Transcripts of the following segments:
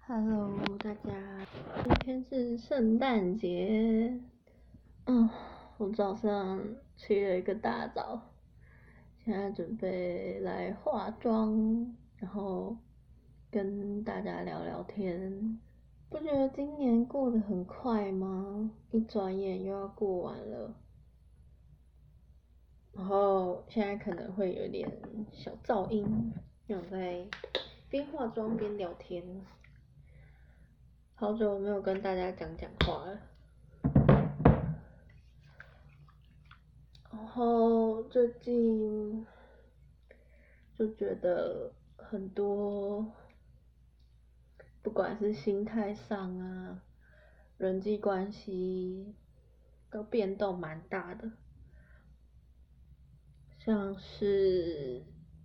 Hello，大家，今天是圣诞节。我早上起了一个大早，现在准备来化妆，然后跟大家聊聊天。不觉得今年过得很快吗？一转眼又要过完了。然后现在可能会有点小噪音，因为我在边化妆边聊天。好久没有跟大家讲话了。然后最近就觉得很多，不管是心态上啊，人际关系都变动蛮大的，像是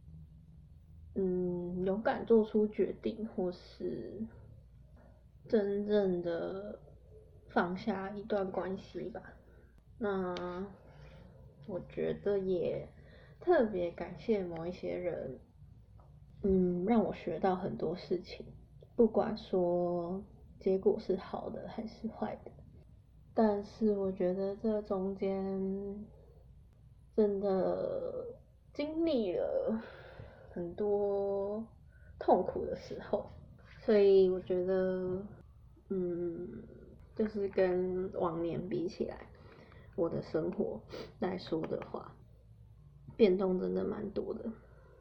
勇敢做出决定，或是真正的放下一段关系吧。那我觉得也特别感谢某一些人，让我学到很多事情，不管说结果是好的还是坏的。但是我觉得这中间真的经历了很多痛苦的时候，所以我觉得，就是跟往年比起来，我的生活来说的话，变动真的蛮多的。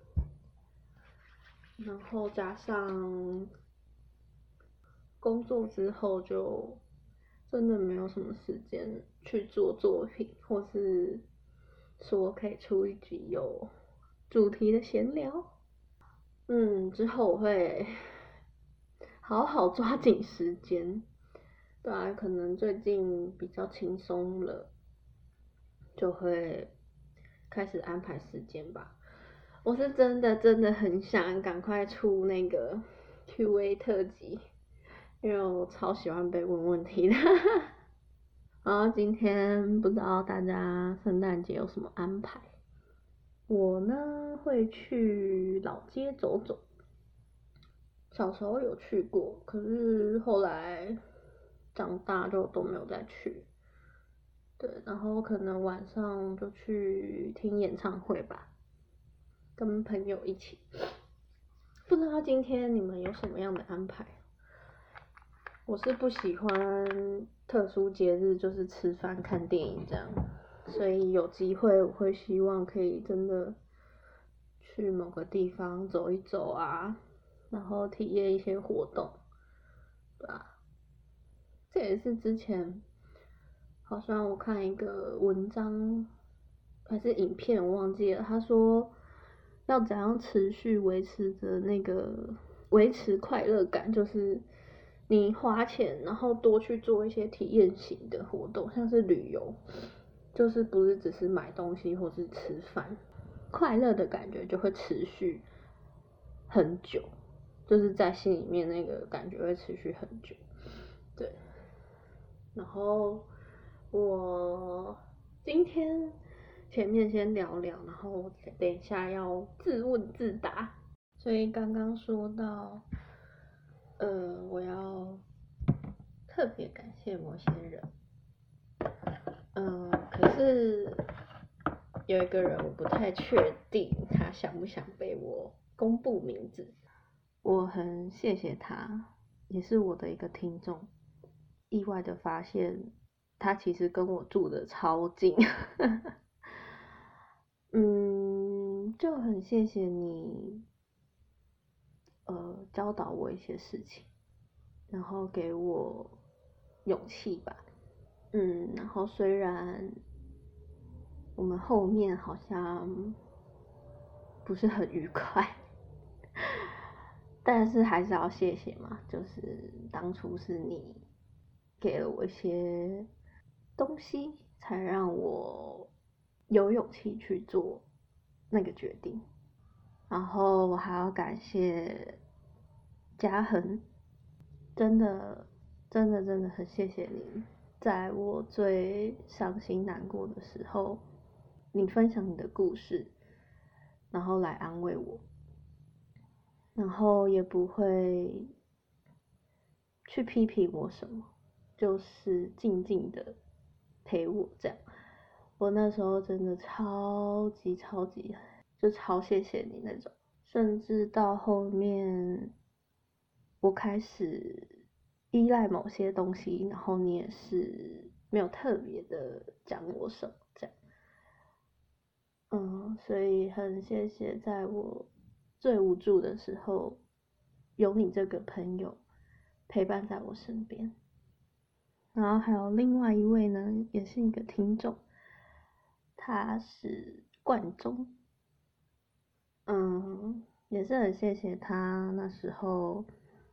然后加上工作之后，就真的没有什么时间去做作品，或是说可以出一集有主题的闲聊。之后我会好好抓紧时间。对啊，可能最近比较轻松了，就会开始安排时间吧。我是真的很想赶快出那个 Q&A 特辑，因为我超喜欢被问问题的。然后今天不知道大家圣诞节有什么安排？我呢会去老街走走，小时候有去过，可是后来长大就都没有再去。对，然后可能晚上就去听演唱会吧，跟朋友一起。不知道今天你们有什么样的安排？我是不喜欢特殊节日就是吃饭看电影这样，所以有机会我会希望可以真的去某个地方走一走啊，然后体验一些活动，对吧？这也是之前好像我看一个文章还是影片，我忘记了，他说要怎样持续维持着那个维持快乐感，就是你花钱，然后多去做一些体验型的活动，像是旅游，就是不是只是买东西或是吃饭，快乐的感觉就会持续很久，就是在心里面那个感觉会持续很久，对。然后我今天前面先聊聊，然后等一下要自问自答。所以刚刚说到，我要特别感谢某些人，可是有一个人我不太确定他想不想被我公布名字。我很谢谢他，也是我的一个听众。意外的发现，他其实跟我住的超近。就很谢谢你，教导我一些事情，然后给我勇气吧。然后虽然我们后面好像不是很愉快，但是还是要谢谢嘛，就是当初是你给了我一些东西，才让我有勇气去做那个决定。然后我还要感谢嘉恒，真的真的很谢谢你，在我最伤心难过的时候，你分享你的故事，然后来安慰我，然后也不会去批评我什么，就是静静的陪我这样。我那时候真的超级就超谢谢你那种，甚至到后面我开始依赖某些东西，然后你也是没有特别的讲我什么这样。所以很谢谢在我最无助的时候，有你这个朋友陪伴在我身边。然后还有另外一位呢，也是一个听众，他是冠中，也是很谢谢他那时候，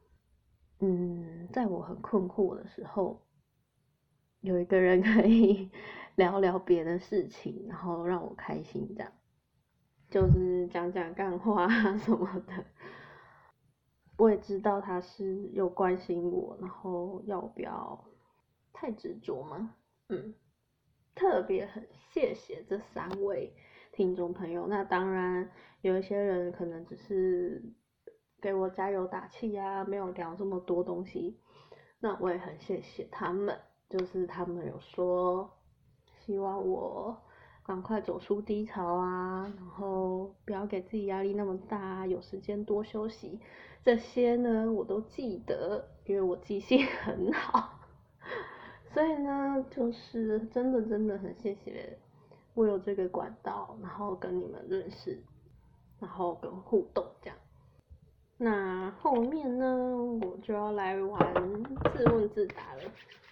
在我很困惑的时候，有一个人可以聊聊别的事情，然后让我开心这样。就是讲讲干话啊什么的，我也知道他是有关心我，然后要不要太执着嘛，特别很谢谢这3位听众朋友。那当然有一些人可能只是给我加油打气啊，没有聊这么多东西，那我也很谢谢他们，就是他们有说希望我赶快走出低潮啊，然后不要给自己压力那么大，有时间多休息。这些呢我都记得，因为我记性很好。所以呢，就是真的很谢谢我有这个管道，然后跟你们认识，然后跟互动这样。那后面呢，我就要来玩自问自答了。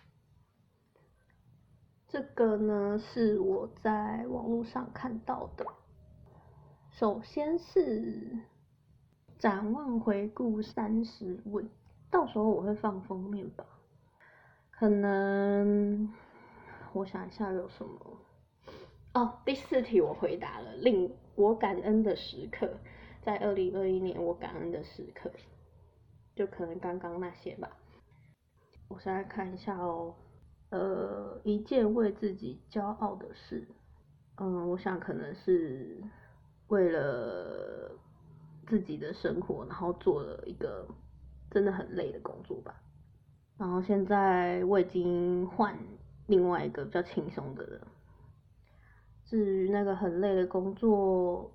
这个呢是我在网络上看到的。首先是展望回顾30问，到时候我会放封面吧。可能我想一下有什么。第4题我回答了，令我感恩的时刻，在2021年我感恩的时刻，就可能刚刚那些吧。我现在看一下哦。一件为自己骄傲的事，我想可能是为了自己的生活，然后做了一个真的很累的工作吧。然后现在我已经换另外一个比较轻松的了。至于那个很累的工作，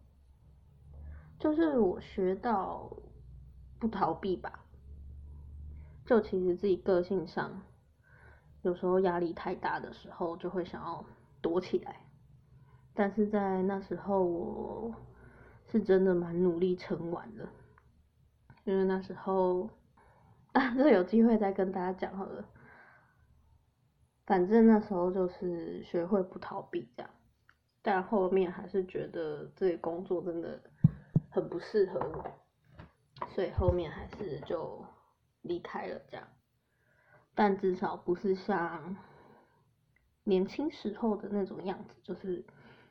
就是我学到不逃避吧。就其实自己个性上，有时候压力太大的时候，就会想要躲起来。但是在那时候，我是真的蛮努力撑完的，因为那时候这有机会再跟大家讲好了。反正那时候就是学会不逃避这样，但后面还是觉得这个工作真的很不适合我，所以后面还是就离开了这样。但至少不是像年轻时候的那种样子，就是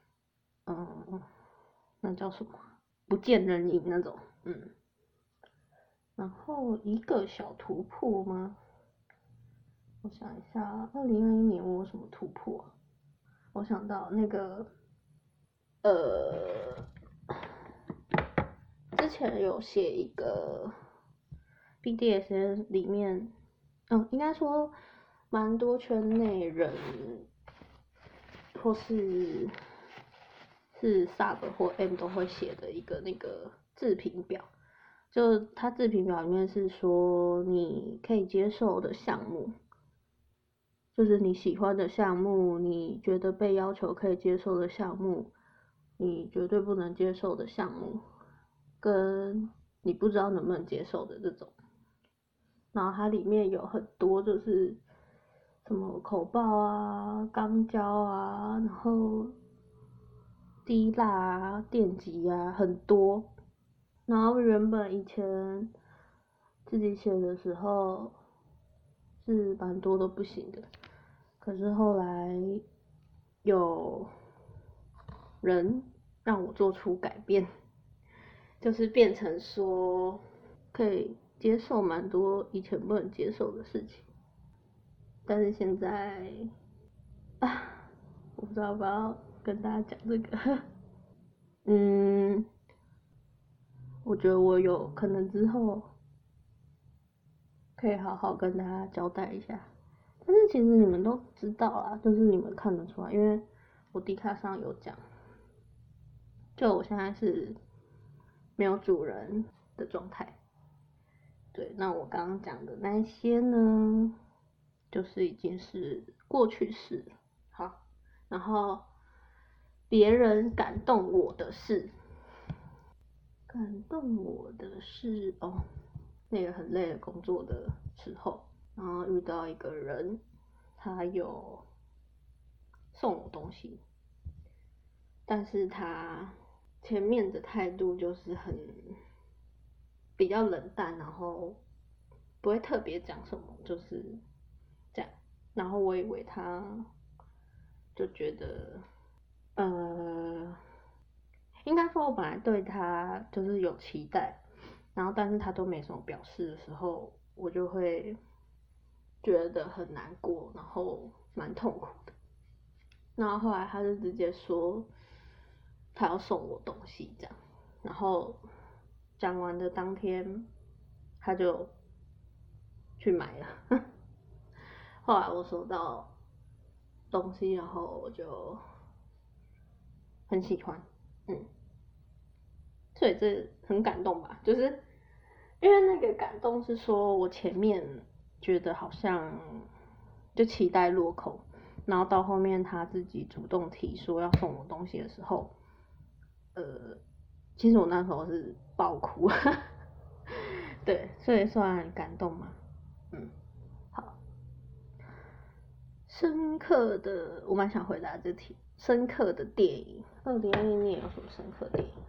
那叫什么不见人影那种。然后一个小突破吗？我想一下，2021年我有什么突破？我想到那个之前有写一个 BDSM 里面，应该说蛮多圈内人或是 Sub 或 M 都会写的一个那个自评表。就他自评表里面是说你可以接受的项目，就是你喜欢的项目，你觉得被要求可以接受的项目，你绝对不能接受的项目，跟你不知道能不能接受的这种。然后它里面有很多就是什么口爆啊、肛交啊，然后滴蜡啊、电击啊，很多。然后原本以前自己写的时候是蛮多都不行的，可是后来有人让我做出改变，就是变成说可以接受蛮多以前不能接受的事情。但是现在我不知道要不要跟大家讲这个。我觉得我有可能之后可以好好跟大家交代一下。但是其实你们都知道啦，就是你们看得出来，因为我 D 卡上有讲，就我现在是没有主人的状态。对，那我刚刚讲的那一些呢，就是已经是过去式。好，然后别人感动我的事，感动我的事哦，那个很累的工作的时候，然后遇到一个人，他有送我东西，但是他前面的态度就是比较冷淡，然后不会特别讲什么，就是这样。然后我以为他就觉得，应该说我本来对他就是有期待，然后但是他都没什么表示的时候，我就会觉得很难过，然后蛮痛苦的。然后后来他就直接说他要送我东西这样，然后讲完的当天他就去买了。后来我收到东西，然后我就很喜欢，所以这很感动吧，就是因为那个感动是说我前面觉得好像就期待落空，然后到后面他自己主动提说要送我东西的时候，其实我那时候是爆哭，对，所以算很感动嘛，好，深刻的，我蛮想回答这题，深刻的电影，2021年有什么深刻电影？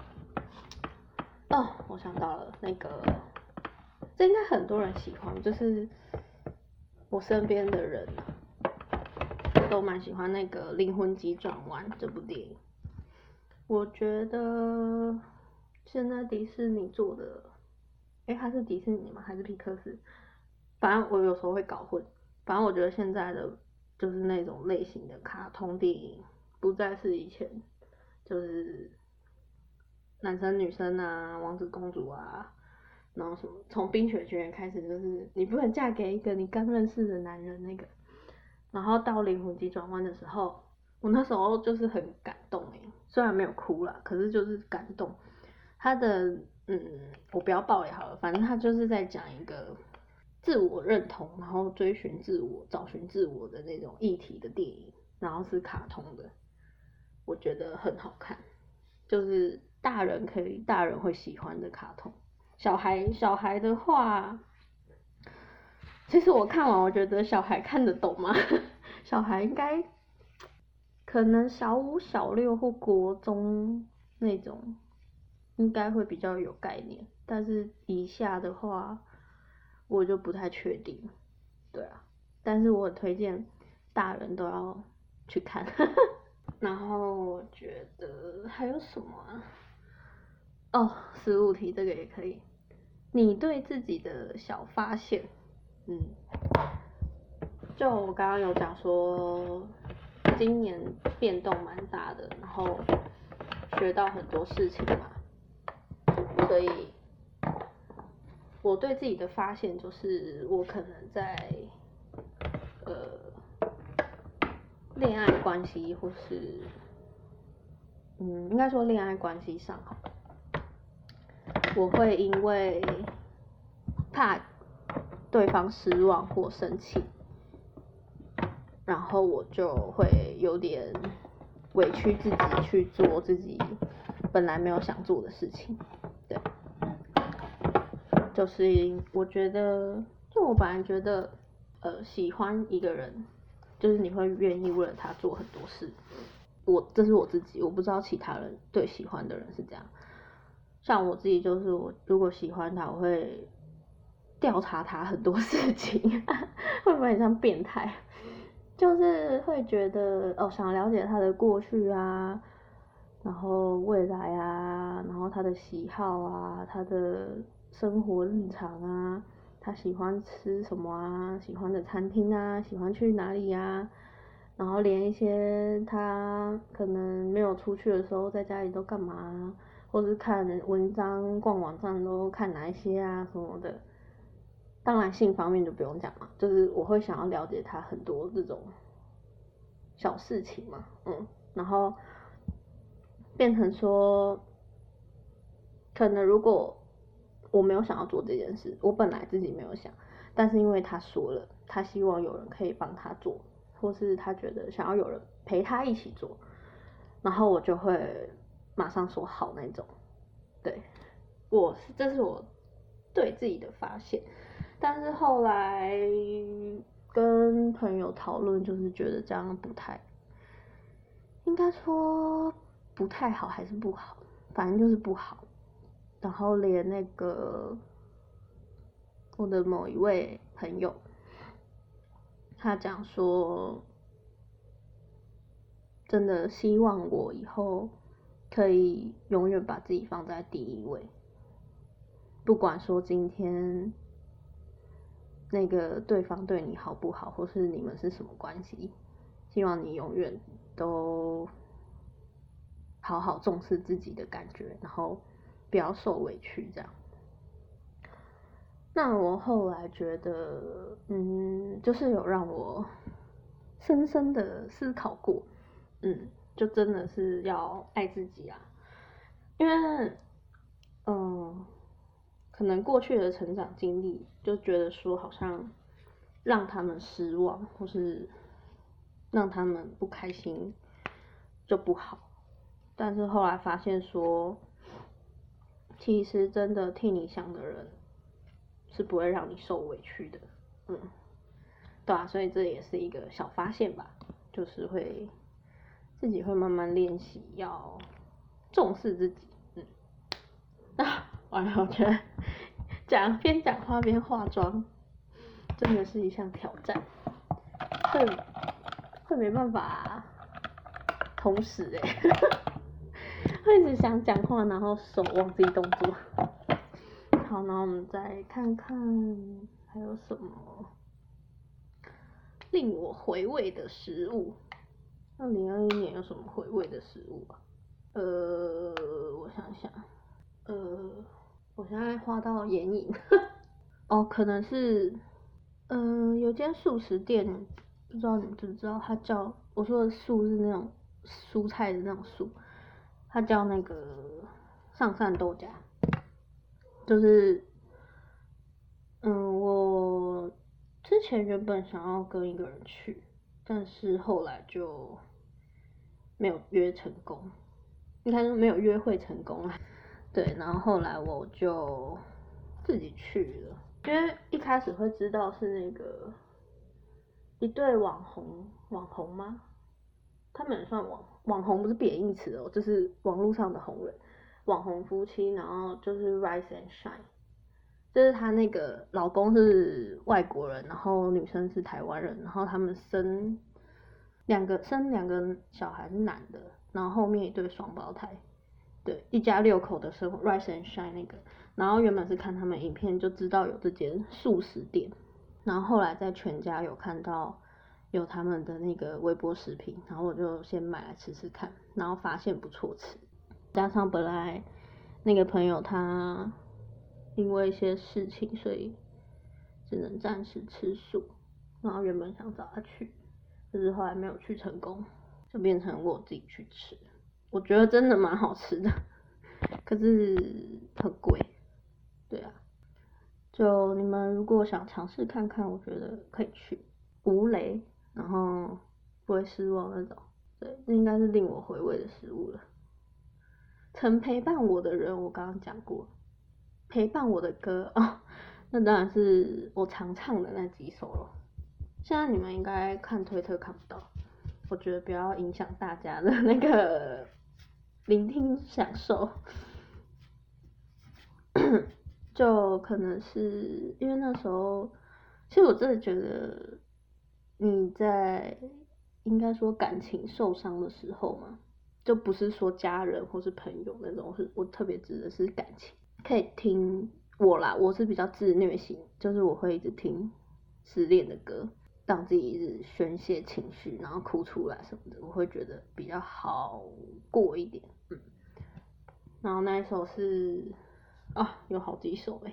哦，我想到了，那个，这应该很多人喜欢，就是我身边的人都蛮喜欢那个《灵魂急转弯》这部电影。我觉得现在迪士尼做的，它是迪士尼吗？还是皮克斯？反正我有时候会搞混。反正我觉得现在的就是那种类型的卡通电影，不再是以前就是男生女生啊、王子公主啊，然后什么从冰雪奇缘开始就是你不能嫁给一个你刚认识的男人那个，然后到灵魂急转弯的时候，我那时候就是很感动虽然没有哭啦，可是就是感动。他的我不要爆雷好了，反正他就是在讲一个自我认同，然后追寻自我、找寻自我的那种议题的电影，然后是卡通的，我觉得很好看，就是大人会喜欢的卡通。小孩的话，其实我看完，我觉得小孩看得懂吗？小孩应该可能小5、小6或国中那种，应该会比较有概念。但是以下的话，我就不太确定。对啊，但是我很推荐大人都要去看。然后我觉得还有什么啊？哦，15题这个也可以。你对自己的小发现，就我刚刚有讲说，今年变动蛮大的，然后学到很多事情嘛，所以我对自己的发现就是，我可能在恋爱关系或是应该说恋爱关系上好了，我会因为怕对方失望或生气，然后我就会有点委屈自己去做自己本来没有想做的事情，对，就是我觉得，就我本来觉得，喜欢一个人，就是你会愿意为了他做很多事。这是我自己，我不知道其他人对喜欢的人是这样。像我自己就是，我如果喜欢他，我会调查他很多事情，会不会很像变态？就是会觉得想了解他的过去啊，然后未来啊，然后他的喜好啊，他的生活日常啊，他喜欢吃什么啊，喜欢的餐厅啊，喜欢去哪里啊，然后连一些他可能没有出去的时候，在家里都干嘛啊，或是看文章、逛网站都看哪一些啊什么的， 当然性方面就不用讲嘛，就是我会想要了解他很多这种小事情嘛，然后变成说，可能如果我没有想要做这件事，我本来自己没有想，但是因为他说了，他希望有人可以帮他做，或是他觉得想要有人陪他一起做，然后我就会马上说好那种。对，这是我对自己的发现，但是后来跟朋友讨论，就是觉得这样不太，应该说不太好还是不好，反正就是不好。然后连那个我的某一位朋友，他讲说，真的希望我以后可以永远把自己放在第一位，不管说今天那个对方对你好不好，或是你们是什么关系，希望你永远都好好重视自己的感觉，然后不要受委屈这样。那我后来觉得，就是有让我深深的思考过，就真的是要爱自己啊，因为，可能过去的成长经历就觉得说好像让他们失望，或是让他们不开心就不好，但是后来发现说，其实真的替你想的人是不会让你受委屈的，对啊，所以这也是一个小发现吧，就是自己会慢慢练习要重视自己，完了，我觉得边讲话边化妆真的是一项挑战，会没办法同时会一直想讲话，然后手忘记动作。好，那我们再看看还有什么令我回味的食物。2021年有什么回味的食物啊？我想想，我现在画到眼影，可能是，有间素食店，不知道你们知不知道，它叫，我说的素是那种蔬菜的那种素，它叫那个上善豆家，就是，我之前原本想要跟一个人去，但是后来就没有约成功，应该说没有约会成功啦。对，然后后来我就自己去了，因为一开始会知道是那个一对网红吗？他们也算网红，不是贬义词哦，就是网络上的红人，网红夫妻，然后就是 Rise and Shine，就是他那个老公是外国人，然后女生是台湾人，然后他们生两个小孩是男的，然后后面一对双胞胎，对，一家6口的生活 Rise and Shine 那个，然后原本是看他们影片就知道有这间素食店，然后后来在全家有看到有他们的那个微波食品，然后我就先买来吃吃看，然后发现不错吃，加上本来那个朋友他因为一些事情，所以只能暂时吃素，然后原本想找他去，就是后来没有去成功，就变成我自己去吃，我觉得真的蛮好吃的，可是很贵，对啊，就你们如果想尝试看看，我觉得可以去，无雷，然后不会失望那种，对，那应该是令我回味的食物了。曾陪伴我的人，我刚刚讲过，陪伴我的歌那当然是我常唱的那几首了。现在你们应该看推特看不到，我觉得不要影响大家的那个聆听享受。就可能是因为那时候，其实我真的觉得你在应该说感情受伤的时候嘛，就不是说家人或是朋友那种，我特别指的是感情，可以听我啦，我是比较自虐型，就是我会一直听失恋的歌，让自己一直宣泄情绪，然后哭出来什么的，我会觉得比较好过一点，然后那一首是有好几首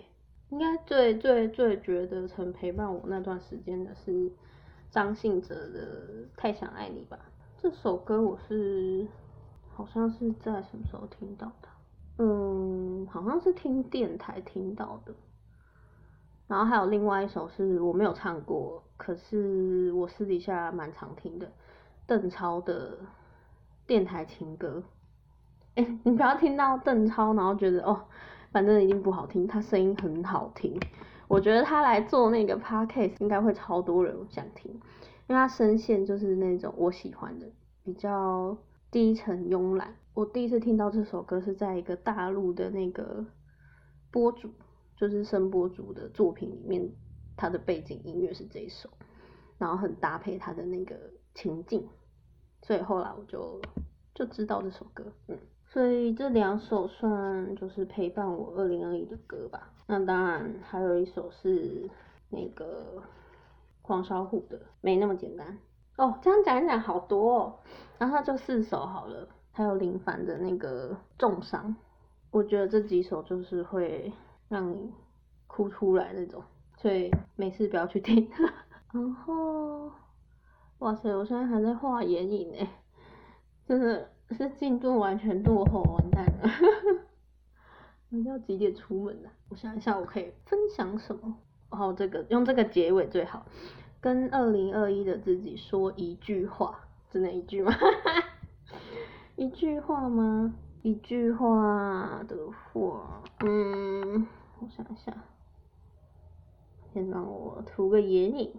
应该最觉得曾陪伴我那段时间的是张信哲的《太想爱你》吧。这首歌我好像是在什么时候听到的？好像是听电台听到的。然后还有另外一首是我没有唱过，可是我私底下蛮常听的，邓超的电台情歌。你不要听到邓超，然后觉得反正一定不好听，他声音很好听。我觉得他来做那个 podcast 应该会超多人想听，因为他声线就是那种我喜欢的，比较低沉慵懒。我第一次听到这首歌是在一个大陆的那个播主，就是声播主的作品里面，他的背景音乐是这一首，然后很搭配他的那个情境，所以后来我就知道这首歌。所以这2首算就是陪伴我2021的歌吧。那当然还有一首是那个黄小琥的《没那么简单》。这样讲一讲好多哦。然后就4首好了，还有林凡的那个《重伤》。我觉得这几首就是会让你哭出来那种，所以没事不要去听。然后，哇塞，我现在还在画眼影欸，真的是进度完全落后，完蛋了。你要几点出门啊？我想一下，我可以分享什么？用这个结尾最好，跟2021的自己说一句话，只能一句吗？一句话吗？一句话的话，我想一下，先让我涂个眼影。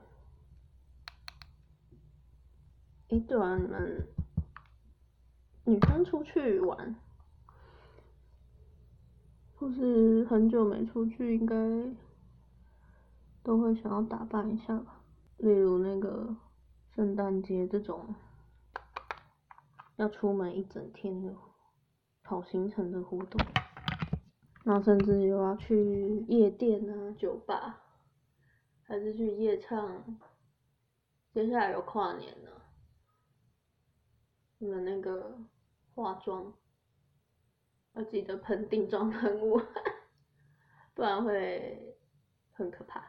对啊，你们女生出去玩，或是很久没出去，应该都会想要打扮一下吧。例如那个圣诞节这种要出门一整天的跑行程的活动，然后甚至又要去夜店啊、酒吧，还是去夜唱。接下来有跨年了，你们那个化妆要记得喷定妆喷雾，不然会很可怕。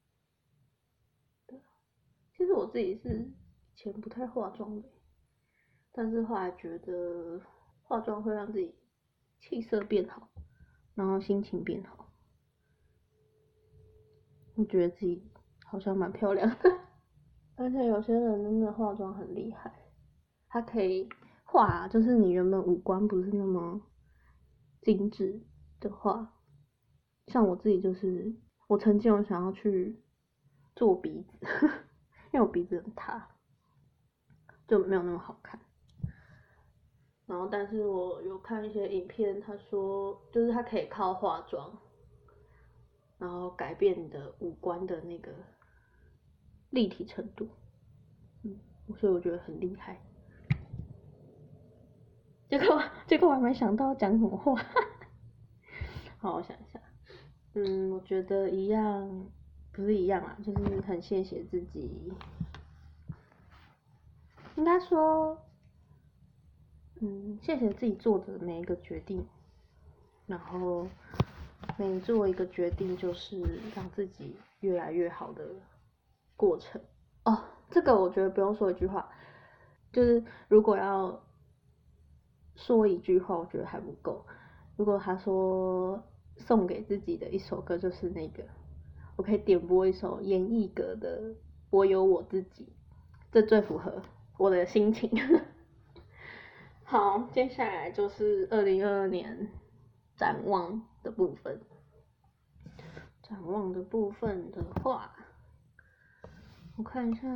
其实我自己是以前不太化妆的，但是后来觉得化妆会让自己气色变好，然后心情变好。我觉得自己好像蛮漂亮的，而且有些人真的化妆很厉害，他可以画，就是你原本五官不是那么精致的话，像我自己就是，我曾经有想要去做鼻子，因为我鼻子很塌，就没有那么好看。然后，但是我有看一些影片，他说就是他可以靠化妆，然后改变你的五官的那个立体程度，所以我觉得很厉害。结果我还没想到讲什么话。好，我想一下。我觉得一样，不是一样啦，就是很谢谢自己。应该说，谢谢自己做的每一个决定，然后每做一个决定就是让自己越来越好的过程。这个我觉得不用说一句话，就是如果要说一句话，我觉得还不够。如果他说送给自己的一首歌就是那个，我可以点播一首严艺格的《我有我自己》，这最符合我的心情。好，接下来就是2022年展望的部分。展望的部分的话，我看一下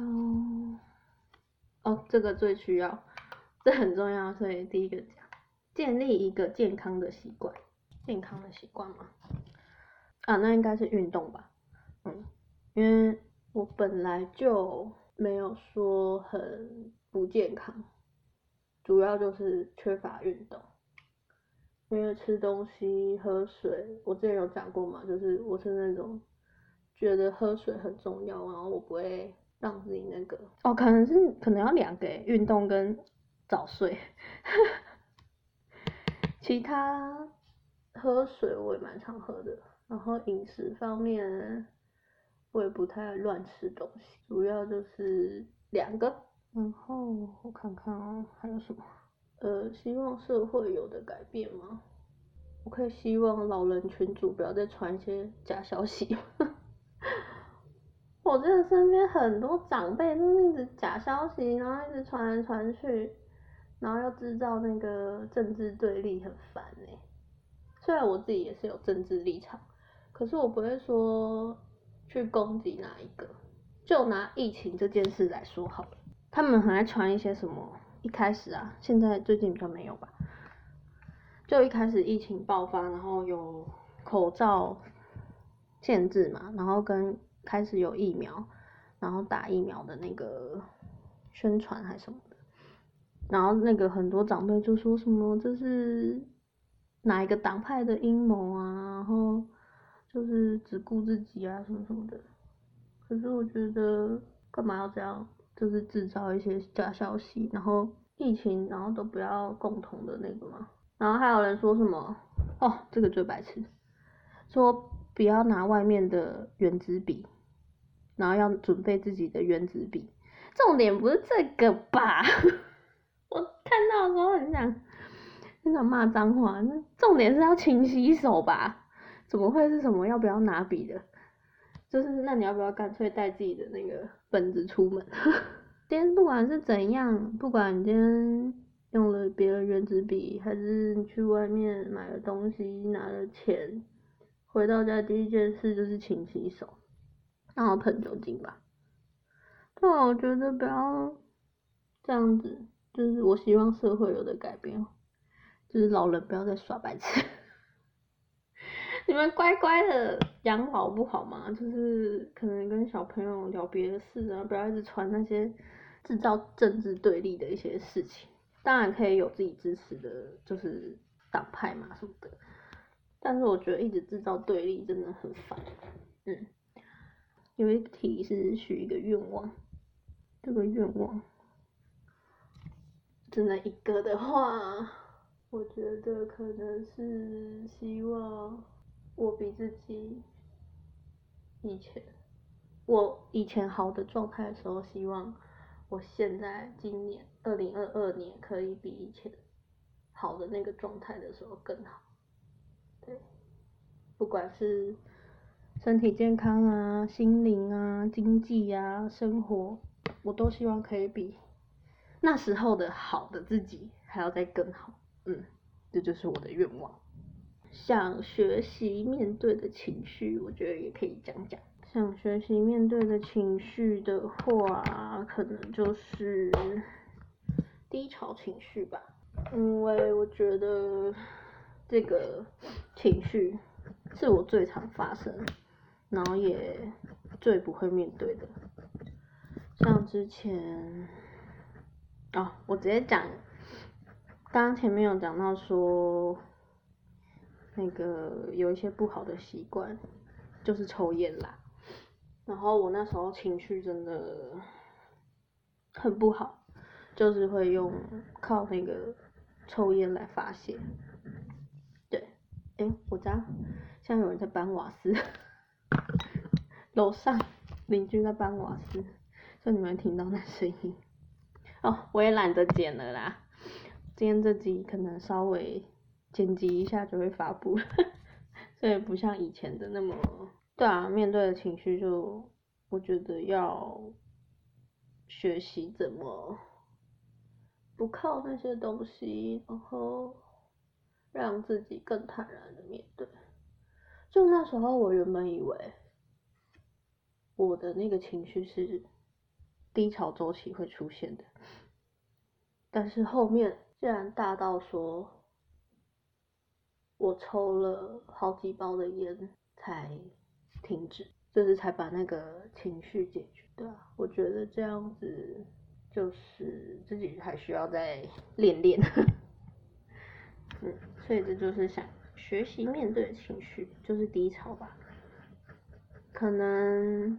这个最需要，这很重要，所以第一个讲，建立一个健康的习惯。健康的习惯吗？那应该是运动吧。因为我本来就没有说很不健康，主要就是缺乏运动。因为吃东西、喝水，我之前有讲过嘛，就是我是那种觉得喝水很重要，然后我不会让自己那个可能要2个运动跟早睡。其他喝水我也蛮常喝的， 然后饮食方面我也不太乱吃东西，主要就是2个。然后我看看哦，还有什么？希望社会有的改变吗？我可以希望老人群组不要再传一些假消息。我真的身边很多长辈都是一直假消息，然后一直传来传去，然后又制造那个政治对立，很烦欸。虽然我自己也是有政治立场，可是我不会说去攻击哪一个。就拿疫情这件事来说好了，他们很爱传一些什么，一开始啊，现在最近比较没有吧。就一开始疫情爆发，然后有口罩限制嘛，然后跟开始有疫苗，然后打疫苗的那个宣传还什么的，然后那个很多长辈就说什么这是哪一个党派的阴谋啊，然后就是只顾自己啊什么什么的。可是我觉得干嘛要这样，就是制造一些假消息，然后疫情然后都不要共同的那个嘛。然后还有人说什么哦，这个最白痴，说不要拿外面的原子笔，然后要准备自己的原子笔。重点不是这个吧？我看到的时候很想骂脏话。重点是要勤洗手吧？怎么会是什么要不要拿笔的？就是那你要不要干脆带自己的那个本子出门？今天不管是怎样，不管你今天用了别的原子笔，还是你去外面买了东西拿了钱，回到家第一件事就是勤洗手，然后喷酒精吧。对啊，我觉得不要这样子，就是我希望社会有的改变，就是老人不要再耍白痴。你们乖乖的养老不好吗？就是可能跟小朋友聊别的事啊，不要一直传那些制造政治对立的一些事情。当然可以有自己支持的，就是党派嘛什么的，但是我觉得一直制造对立真的很烦。有一题是许一个愿望，这个愿望只能一个的话，我觉得可能是希望我比自己我以前好的状态的时候，希望我现在今年2022年可以比以前好的那个状态的时候更好。对，不管是身体健康啊、心灵啊、经济啊、生活，我都希望可以比那时候的好的自己还要再更好。这就是我的愿望。想学习面对的情绪，我觉得也可以讲讲。想学习面对的情绪的话，可能就是低潮情绪吧，因为我觉得这个情绪是我最常发生，然后也最不会面对的。像之前，我直接讲，刚刚前面有讲到说，那个有一些不好的习惯，就是抽烟啦。然后我那时候情绪真的很不好，就是会靠那个抽烟来发泄。对，我家现在有人在搬瓦斯，楼上邻居在搬瓦斯，所以你们听到那声音。我也懒得剪了啦，今天这集可能稍微剪辑一下就会发布，所以不像以前的那么。对啊，面对的情绪就我觉得要学习怎么不靠那些东西，然后让自己更坦然的面对。就那时候我原本以为我的那个情绪是低潮周期会出现的，但是后面竟然大到说我抽了好几包的烟才停止，就是才把那个情绪解决。对啊，我觉得这样子就是自己还需要再练练。所以这就是想学习面对情绪，就是低潮吧。可能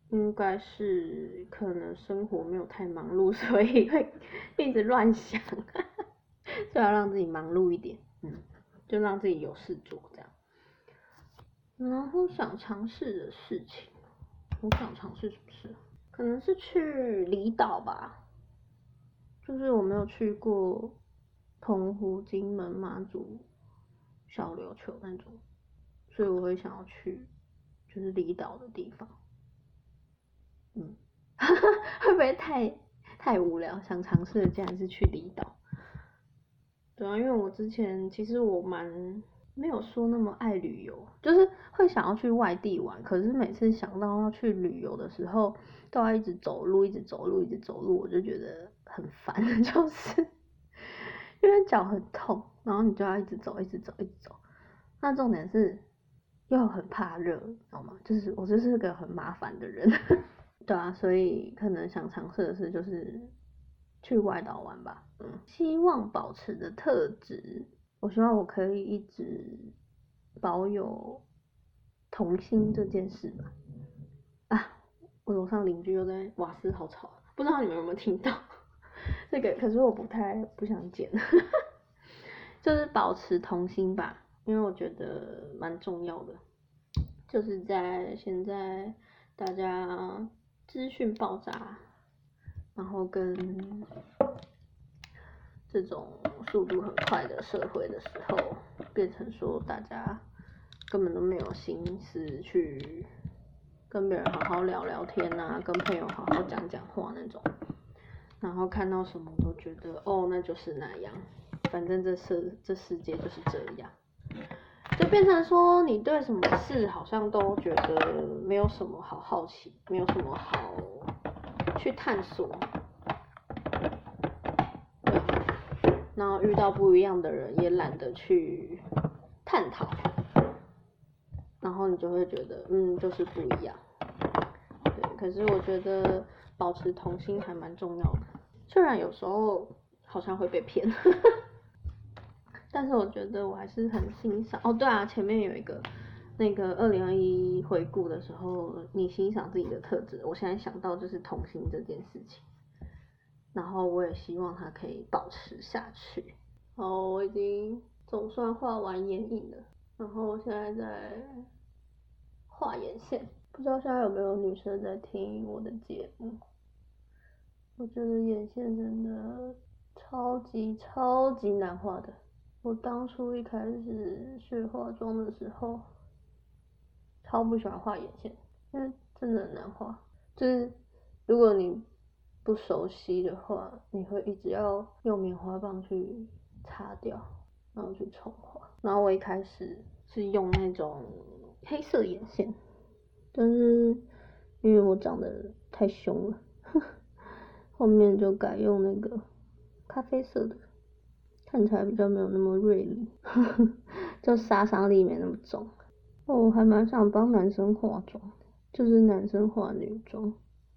生活没有太忙碌，所以会一直乱想，就要让自己忙碌一点，就让自己有事做这样。 然后想尝试的事情，我想尝试什么事？可能是去离岛吧，就是我没有去过澎湖、金门、马祖、小琉球那种，所以我会想要去就是离岛的地方。会不会太无聊？想尝试的竟然是去离岛。对啊，因为我之前其实我没有说那么爱旅游，就是会想要去外地玩，可是每次想到要去旅游的时候，都要一直走路，一直走路，一直走路，我就觉得很烦，就是因为脚很痛，然后你就要一直走，一直走，一直走。那重点是又很怕热，你知道吗？就是我就是个很麻烦的人。对啊，所以可能想尝试的是就是去外岛玩吧。希望保持的特质，我希望我可以一直保有童心这件事吧。啊，我楼上邻居又在瓦斯好吵，不知道你们有没有听到？这个可是我不想剪，就是保持童心吧，因为我觉得蛮重要的。就是在现在大家资讯爆炸，然后跟这种速度很快的社会的时候，变成说大家根本都没有心思去跟别人好好聊聊天啊，跟朋友好好讲讲话那种，然后看到什么都觉得哦那就是那样，反正这世界就是这样，就变成说你对什么事好像都觉得没有什么好好奇，没有什么好去探索。然后遇到不一样的人也懒得去探讨，然后你就会觉得就是不一样。对，可是我觉得保持童心还蛮重要的，虽然有时候好像会被骗，但是我觉得我还是很欣赏。哦，对啊，前面有一个那个2021回顾的时候，你欣赏自己的特质，我现在想到就是童心这件事情，然后我也希望它可以保持下去。哦，我已经总算画完眼影了，然后我现在在画眼线。不知道现在有没有女生在听我的节目？我觉得眼线真的超级超级难画的。我当初一开始学化妆的时候，超不喜欢画眼线，因为真的很难画。就是如果你不熟悉的话，你会一直要用棉花棒去擦掉，然后去重画。然后我一开始是用那种黑色眼线，但是因为我长得太凶了，后面就改用那个咖啡色的，看起来比较没有那么锐利，就杀伤力没那么重。我还蛮想帮男生化妆，就是男生化女装。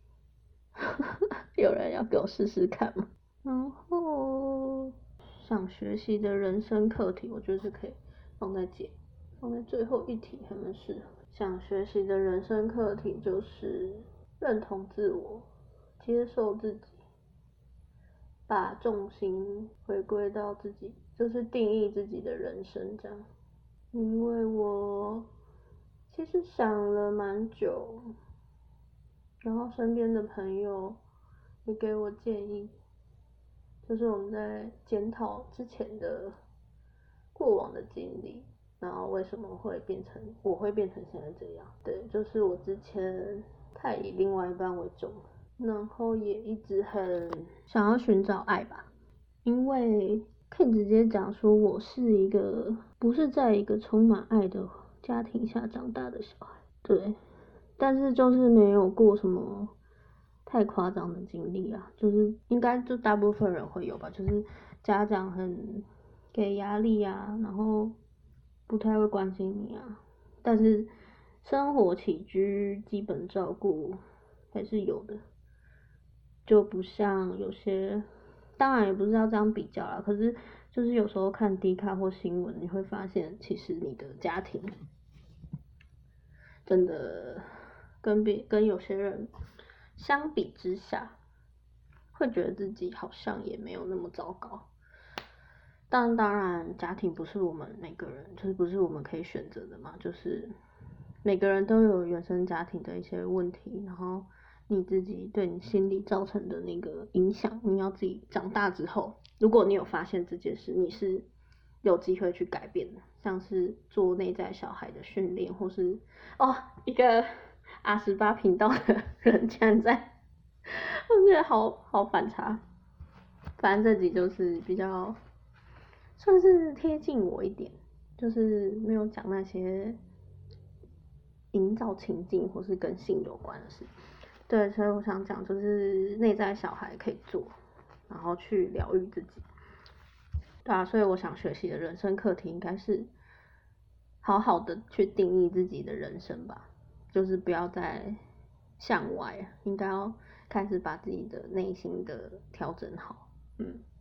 有人要给我试试看吗？然后想学习的人生课题，我觉得是可以放在最后一题，还蛮适合。想学习的人生课题就是认同自我，接受自己，把重心回归到自己，就是定义自己的人生这样。因为我其实想了蛮久，然后身边的朋友也给我建议，就是我们在检讨之前的过往的经历，然后为什么我会变成现在这样。对，就是我之前太以另外一半为重，然后也一直很想要寻找爱吧，因为可以直接讲说我是一个不是在一个充满爱的家庭下长大的小孩，对，但是就是没有过什么太夸张的经历啊，就是应该就大部分人会有吧，就是家长很给压力啊，然后不太会关心你啊，但是生活起居基本照顾还是有的，就不像有些，当然也不是要这样比较啦，可是就是有时候看 D 卡或新闻，你会发现其实你的家庭真的跟有些人相比之下，会觉得自己好像也没有那么糟糕。但当然，家庭不是我们每个人，就是不是我们可以选择的嘛，就是每个人都有原生家庭的一些问题，然后你自己对你心理造成的那个影响，你要自己长大之后，如果你有发现这件事，你是有机会去改变的，像是做内在小孩的训练，或是一个R18频道的人竟然在，我觉得好反差。反正这集就是比较算是贴近我一点，就是没有讲那些营造情境或是跟性有关的事。对，所以我想讲就是内在小孩可以做，然后去疗愈自己。对啊，所以我想学习的人生课题应该是好好的去定义自己的人生吧，就是不要再向外，应该要开始把自己的内心的调整好。